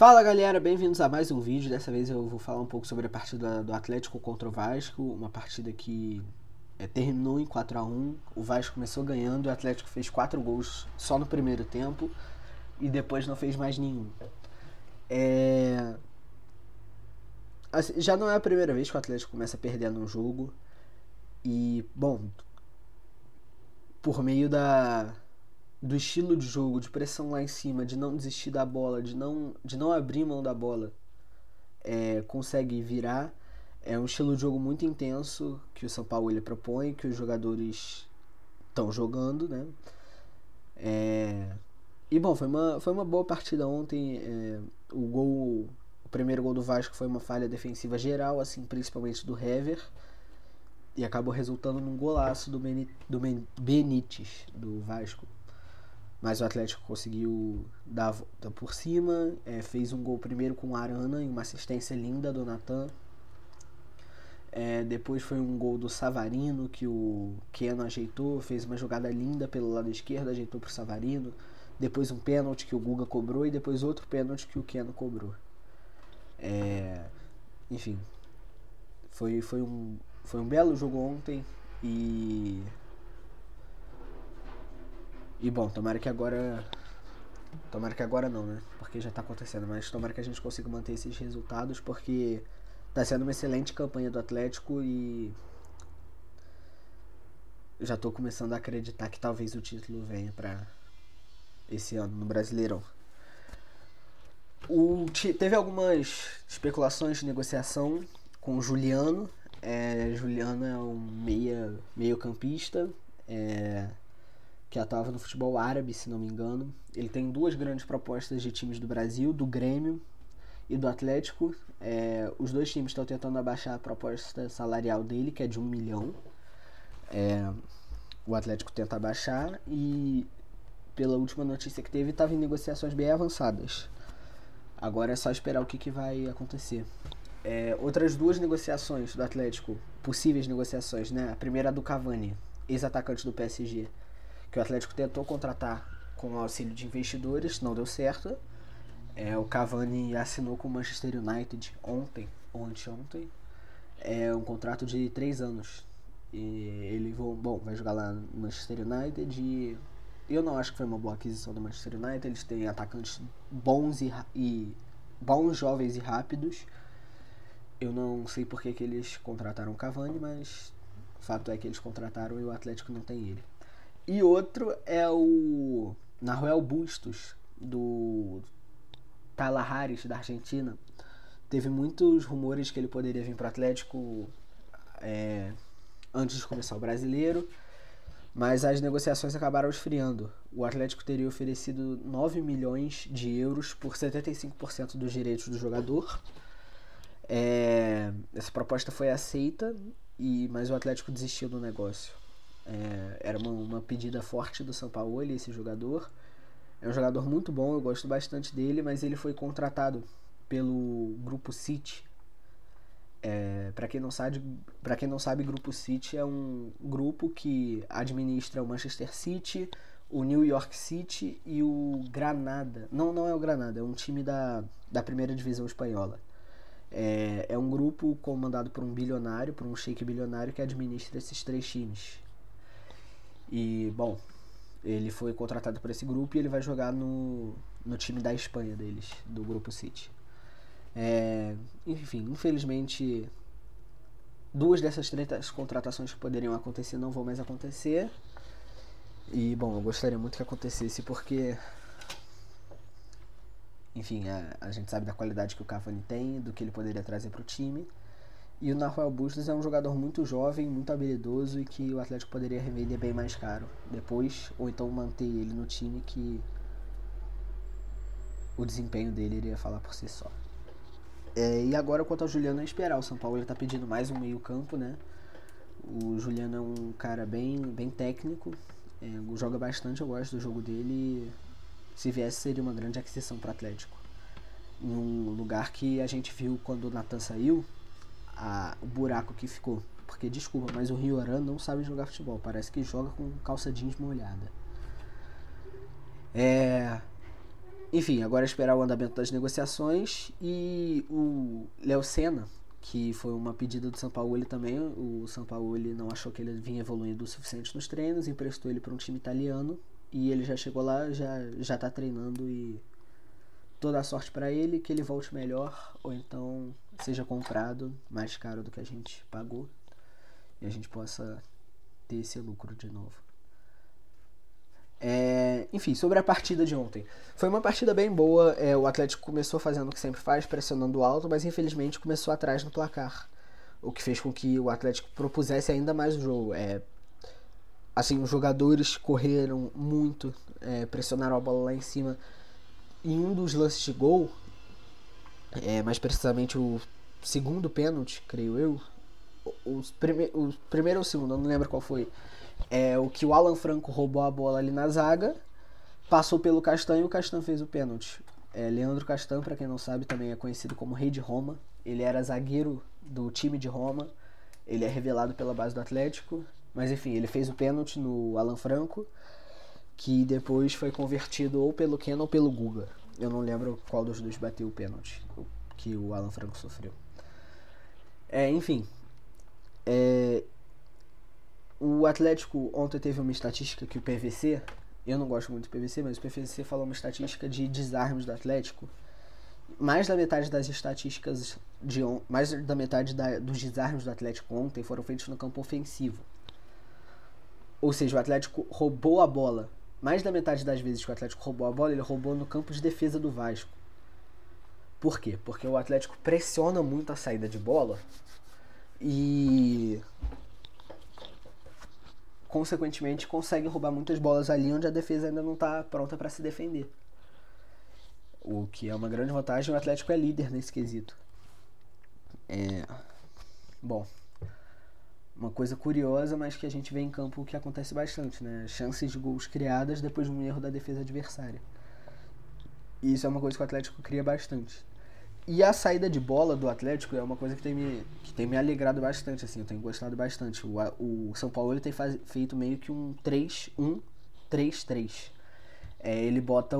Fala galera, bem-vindos a mais um vídeo. Dessa vez eu vou falar um pouco sobre a partida do Atlético contra o Vasco. Uma partida que terminou em 4-1. O Vasco começou ganhando, o Atlético fez 4 gols só no primeiro tempo e depois não fez mais nenhum. Já não é a primeira vez que o Atlético começa perdendo um jogo. E, bom, por meio do estilo de jogo, de pressão lá em cima, de não desistir da bola, de não abrir mão da bola, consegue virar. É um estilo de jogo muito intenso que o São Paulo ele propõe, que os jogadores estão jogando, né? E bom, foi uma boa partida ontem. O primeiro gol do Vasco foi uma falha defensiva geral, assim, principalmente do Hever, e acabou resultando num golaço do Benítez, do Vasco. Mas o Atlético conseguiu dar a volta por cima, fez um gol primeiro com o Arana, em uma assistência linda do Natan. Depois foi um gol do Savarino, que o Keno ajeitou, fez uma jogada linda pelo lado esquerdo, ajeitou pro Savarino. Depois um pênalti que o Guga cobrou e depois outro pênalti que o Keno cobrou. Enfim, foi um belo jogo ontem e bom, tomara que agora não, né? Porque já tá acontecendo, mas tomara que a gente consiga manter esses resultados, porque tá sendo uma excelente campanha do Atlético e eu já tô começando a acreditar que talvez o título venha pra esse ano no Brasileirão. Teve algumas especulações de negociação com o Juliano. Juliano é um meio campista, que atuava no futebol árabe, se não me engano. Ele tem 2 grandes propostas de times do Brasil, do Grêmio e do Atlético. Os 2 times estão tentando abaixar a proposta salarial dele, que é de 1 milhão. O Atlético tenta abaixar e, pela última notícia que teve, estava em negociações bem avançadas. Agora é só esperar o que vai acontecer. Outras 2 negociações do Atlético, possíveis negociações, né? A primeira é do Cavani, ex-atacante do PSG, que o Atlético tentou contratar com o auxílio de investidores, não deu certo. O Cavani assinou com o Manchester United ontem ou anteontem, um contrato de 3 anos. E ele vai jogar lá no Manchester United e eu não acho que foi uma boa aquisição do Manchester United. Eles têm atacantes bons bons, jovens e rápidos. Eu não sei por que eles contrataram o Cavani, mas o fato é que eles contrataram e o Atlético não tem ele. E outro é o Nahuel Bustos, do Talleres, da Argentina. Teve muitos rumores que ele poderia vir para o Atlético antes de começar o Brasileiro, mas as negociações acabaram esfriando. O Atlético teria oferecido 9 milhões de euros por 75% dos direitos do jogador. Essa proposta foi aceita, mas o Atlético desistiu do negócio. Era uma pedida forte do São Paulo, esse jogador. É um jogador muito bom, eu gosto bastante dele, mas ele foi contratado pelo Grupo City. Para quem não sabe, Grupo City é um grupo que administra o Manchester City, o New York City e o Granada. Não é o Granada, é um time da primeira divisão espanhola. É um grupo comandado por um sheik bilionário que administra esses 3 times. E, bom, ele foi contratado por esse grupo e ele vai jogar no time da Espanha deles, do Grupo City. Enfim, infelizmente 2 dessas 30 contratações que poderiam acontecer não vão mais acontecer. E, bom, eu gostaria muito que acontecesse porque, enfim, a gente sabe da qualidade que o Cavani tem, do que ele poderia trazer para o time. E o Nahuel Bustos é um jogador muito jovem, muito habilidoso e que o Atlético poderia revender bem mais caro depois, ou então manter ele no time, que o desempenho dele iria falar por si só. E agora, quanto ao Juliano, é esperar. O São Paulo está pedindo mais um meio campo, né? O Juliano é um cara bem técnico, joga bastante, eu gosto do jogo dele. Se viesse, seria uma grande aquisição para o Atlético. Em um lugar que a gente viu quando o Natan saiu, o buraco que ficou. Porque, desculpa, mas o Rioran não sabe jogar futebol. Parece que joga com calça jeans molhada. Enfim, agora é esperar o andamento das negociações e o Léo Senna, que foi uma pedida do Sampaoli também. O Sampaoli não achou que ele vinha evoluindo o suficiente nos treinos, emprestou ele para um time italiano e ele já chegou lá, já tá treinando e toda a sorte para ele, que ele volte melhor ou então seja comprado mais caro do que a gente pagou e a gente possa ter esse lucro de novo. Enfim, sobre a partida de ontem. Foi uma partida bem boa. O Atlético começou fazendo o que sempre faz, pressionando alto, mas infelizmente começou atrás no placar. O que fez com que o Atlético propusesse ainda mais o jogo. Assim, os jogadores correram muito, pressionaram a bola lá em cima. Em um dos lances de gol, mais precisamente o segundo pênalti, creio eu, o primeiro ou o segundo, eu não lembro qual foi, o que o Alan Franco roubou a bola ali na zaga, passou pelo Castan e o Castan fez o pênalti. Leandro Castan, para quem não sabe, também é conhecido como Rei de Roma. Ele era zagueiro do time de Roma, ele é revelado pela base do Atlético, mas enfim, ele fez o pênalti no Alan Franco, que depois foi convertido ou pelo Ken ou pelo Guga. Eu não lembro qual dos dois bateu o pênalti que o Alan Franco sofreu. Enfim, o Atlético ontem teve uma estatística que o PVC, eu não gosto muito do PVC, mas o PVC falou uma estatística de desarmes do Atlético. Mais da metade das estatísticas, mais da metade dos desarmes do Atlético ontem foram feitos no campo ofensivo. Ou seja, o Atlético roubou a bola. Mais da metade das vezes que o Atlético roubou a bola, ele roubou no campo de defesa do Vasco. Por quê? Porque o Atlético pressiona muito a saída de bola e, consequentemente, consegue roubar muitas bolas ali onde a defesa ainda não está pronta para se defender. O que é uma grande vantagem, o Atlético é líder nesse quesito. Bom, uma coisa curiosa, mas que a gente vê em campo que acontece bastante, né? Chances de gols criadas depois de um erro da defesa adversária. E isso é uma coisa que o Atlético cria bastante. E a saída de bola do Atlético é uma coisa que tem me alegrado bastante, assim, eu tenho gostado bastante. O São Paulo tem feito meio que um 3-1-3-3. Ele bota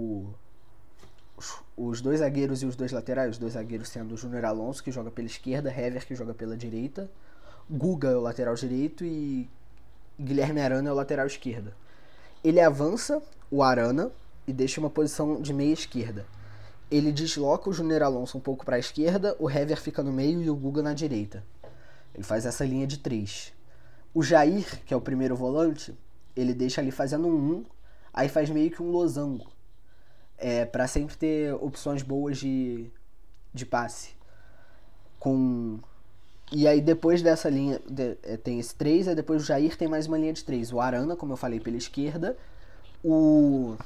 os dois zagueiros e os dois laterais, os dois zagueiros sendo o Júnior Alonso, que joga pela esquerda, Hever, que joga pela direita, Guga é o lateral direito e Guilherme Arana é o lateral esquerdo. Ele avança o Arana e deixa uma posição de meia esquerda. Ele desloca o Júnior Alonso um pouco para a esquerda, o Hever fica no meio e o Guga na direita. Ele faz essa linha de 3. O Jair, que é o primeiro volante, ele deixa ali fazendo um 1, aí faz meio que um losango. Para sempre ter opções boas de passe. E aí depois dessa linha tem esse 3, aí depois o Jair tem mais uma linha de 3. O Arana, como eu falei, pela esquerda, o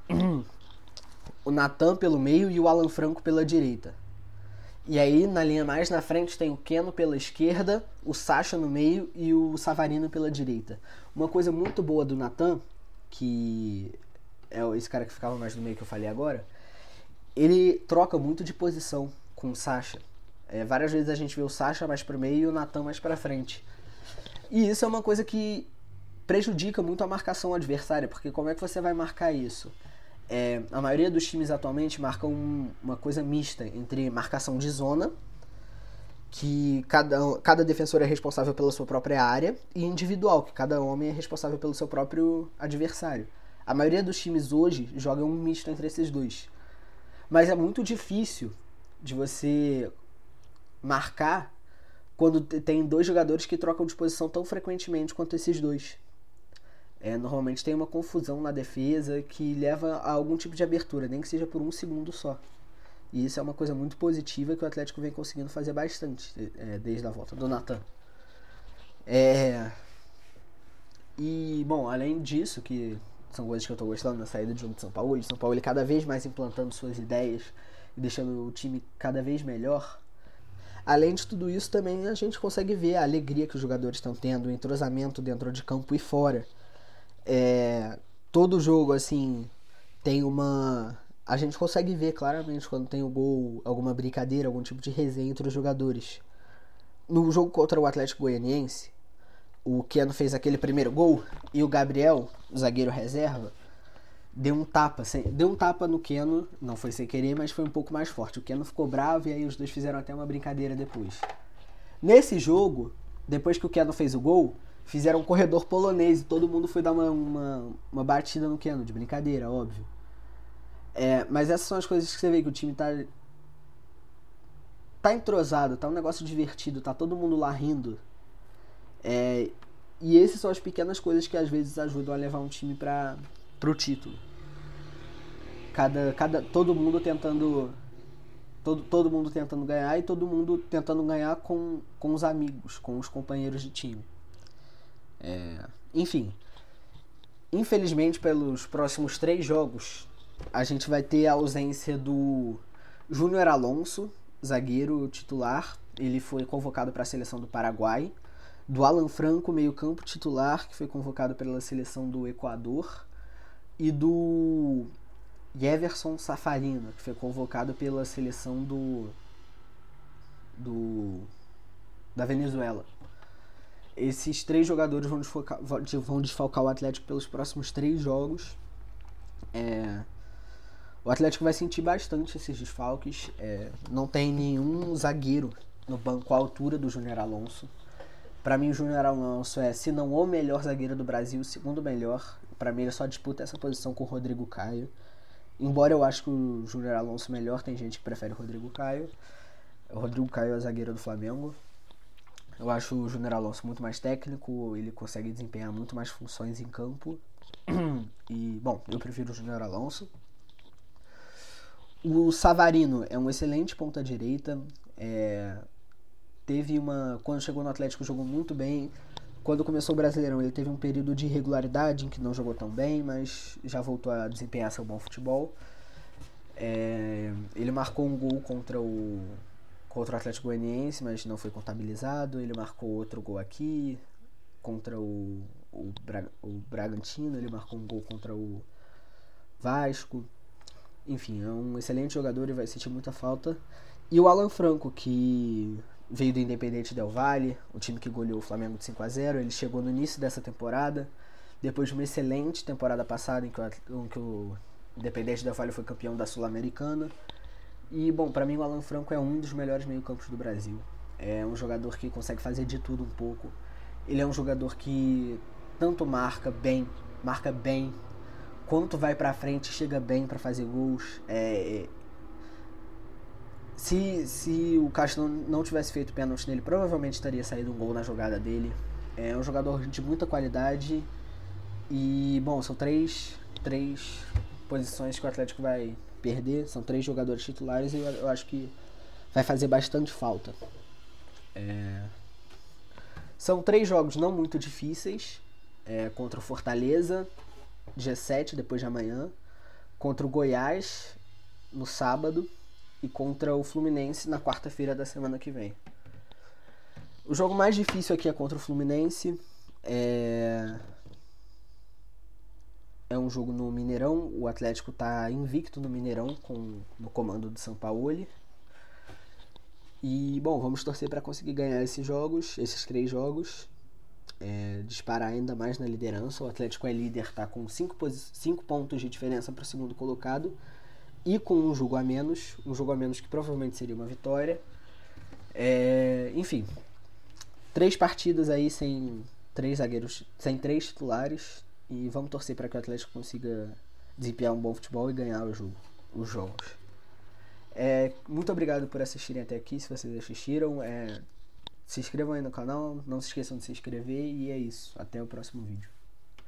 Natan pelo meio e o Alan Franco pela direita. E aí na linha mais na frente tem o Keno pela esquerda, o Sacha no meio e o Savarino pela direita. Uma coisa muito boa do Natan, que é esse cara que ficava mais no meio que eu falei agora, ele troca muito de posição com o Sacha. Várias vezes a gente vê o Sacha mais para o meio e o Natan mais para frente. E isso é uma coisa que prejudica muito a marcação adversária, porque como é que você vai marcar isso? A maioria dos times atualmente marcam uma coisa mista entre marcação de zona, que cada defensor é responsável pela sua própria área, e individual, que cada homem é responsável pelo seu próprio adversário. A maioria dos times hoje joga um misto entre esses dois. Mas é muito difícil de você marcar quando tem dois jogadores que trocam de posição tão frequentemente quanto esses dois. Normalmente tem uma confusão na defesa que leva a algum tipo de abertura, nem que seja por um segundo só. E isso é uma coisa muito positiva que o Atlético vem conseguindo fazer bastante desde a volta do Natan. E, bom, além disso, que são coisas que eu tô gostando na saída de jogo de São Paulo, e São Paulo ele cada vez mais implantando suas ideias e deixando o time cada vez melhor. Além de tudo isso, também a gente consegue ver a alegria que os jogadores estão tendo, o entrosamento dentro de campo e fora. Todo jogo, assim, tem uma... A gente consegue ver claramente quando tem o gol, alguma brincadeira, algum tipo de resenha entre os jogadores. No jogo contra o Atlético Goianiense, o Keno fez aquele primeiro gol e o Gabriel, o zagueiro reserva, deu um tapa no Keno, não foi sem querer, mas foi um pouco mais forte. O Keno ficou bravo e aí os dois fizeram até uma brincadeira depois. Nesse jogo, depois que o Keno fez o gol, fizeram um corredor polonês e todo mundo foi dar uma batida no Keno, de brincadeira, óbvio. Mas essas são as coisas que você vê que o time tá entrosado, tá um negócio divertido, tá todo mundo lá rindo. E essas são as pequenas coisas que às vezes ajudam a levar um time pro título. Todo mundo tentando ganhar e todo mundo tentando ganhar com os amigos, com os companheiros de time. Enfim, infelizmente pelos próximos 3 jogos a gente vai ter a ausência do Júnior Alonso, zagueiro titular, ele foi convocado para a seleção do Paraguai, do Alan Franco, meio campo titular, que foi convocado pela seleção do Equador, e do Jefferson Safarino, que foi convocado pela seleção da Venezuela. Esses 3 jogadores vão desfalcar o Atlético pelos próximos 3 jogos. O Atlético vai sentir bastante esses desfalques. Não tem nenhum zagueiro no banco à altura do Júnior Alonso. Para mim, o Júnior Alonso se não o melhor zagueiro do Brasil, o segundo melhor. Para mim, ele só disputa essa posição com o Rodrigo Caio. Embora eu acho que o Júnior Alonso melhor, tem gente que prefere o Rodrigo Caio. O Rodrigo Caio é zagueiro do Flamengo. Eu acho o Júnior Alonso muito mais técnico, ele consegue desempenhar muito mais funções em campo. E, bom, eu prefiro o Júnior Alonso. O Savarino é um excelente ponta-direita. Quando chegou no Atlético, jogou muito bem. Quando começou o Brasileirão, ele teve um período de irregularidade em que não jogou tão bem, mas já voltou a desempenhar seu bom futebol. Ele marcou um gol contra o Atlético Goianiense, mas não foi contabilizado. Ele marcou outro gol aqui contra o Bragantino. Ele marcou um gol contra o Vasco. Enfim, é um excelente jogador e vai sentir muita falta. E o Alan Franco, que veio do Independente Del Valle, o time que goleou o Flamengo de 5-0. Ele chegou no início dessa temporada, depois de uma excelente temporada passada em que o Independente Del Valle foi campeão da Sul-Americana. E, bom, pra mim o Alan Franco é um dos melhores meio-campos do Brasil. É um jogador que consegue fazer de tudo um pouco. Ele é um jogador que tanto marca bem, quanto vai pra frente, chega bem pra fazer gols. Se o Castro não tivesse feito pênalti nele, provavelmente teria saído um gol na jogada dele. É um jogador de muita qualidade. E, bom, são três posições que o Atlético vai perder. São 3 jogadores titulares e eu acho que vai fazer bastante falta. São 3 jogos não muito difíceis. Contra o Fortaleza, dia 7, depois de amanhã. Contra o Goiás, no sábado. E contra o Fluminense, na quarta-feira da semana que vem. O jogo mais difícil aqui é contra o Fluminense. É um jogo no Mineirão. O Atlético está invicto no Mineirão no comando do Sampaoli. E, bom, vamos torcer para conseguir ganhar esses 3 jogos. Disparar ainda mais na liderança. O Atlético é líder, está com 5 pontos de diferença para o segundo colocado. E com um jogo a menos que provavelmente seria uma vitória. Enfim, 3 partidas aí sem 3 zagueiros, sem 3 titulares. E vamos torcer para que o Atlético consiga desempenhar um bom futebol e ganhar os jogos. Muito obrigado por assistirem até aqui, se vocês assistiram. Se inscrevam aí no canal, não se esqueçam de se inscrever. E é isso, até o próximo vídeo.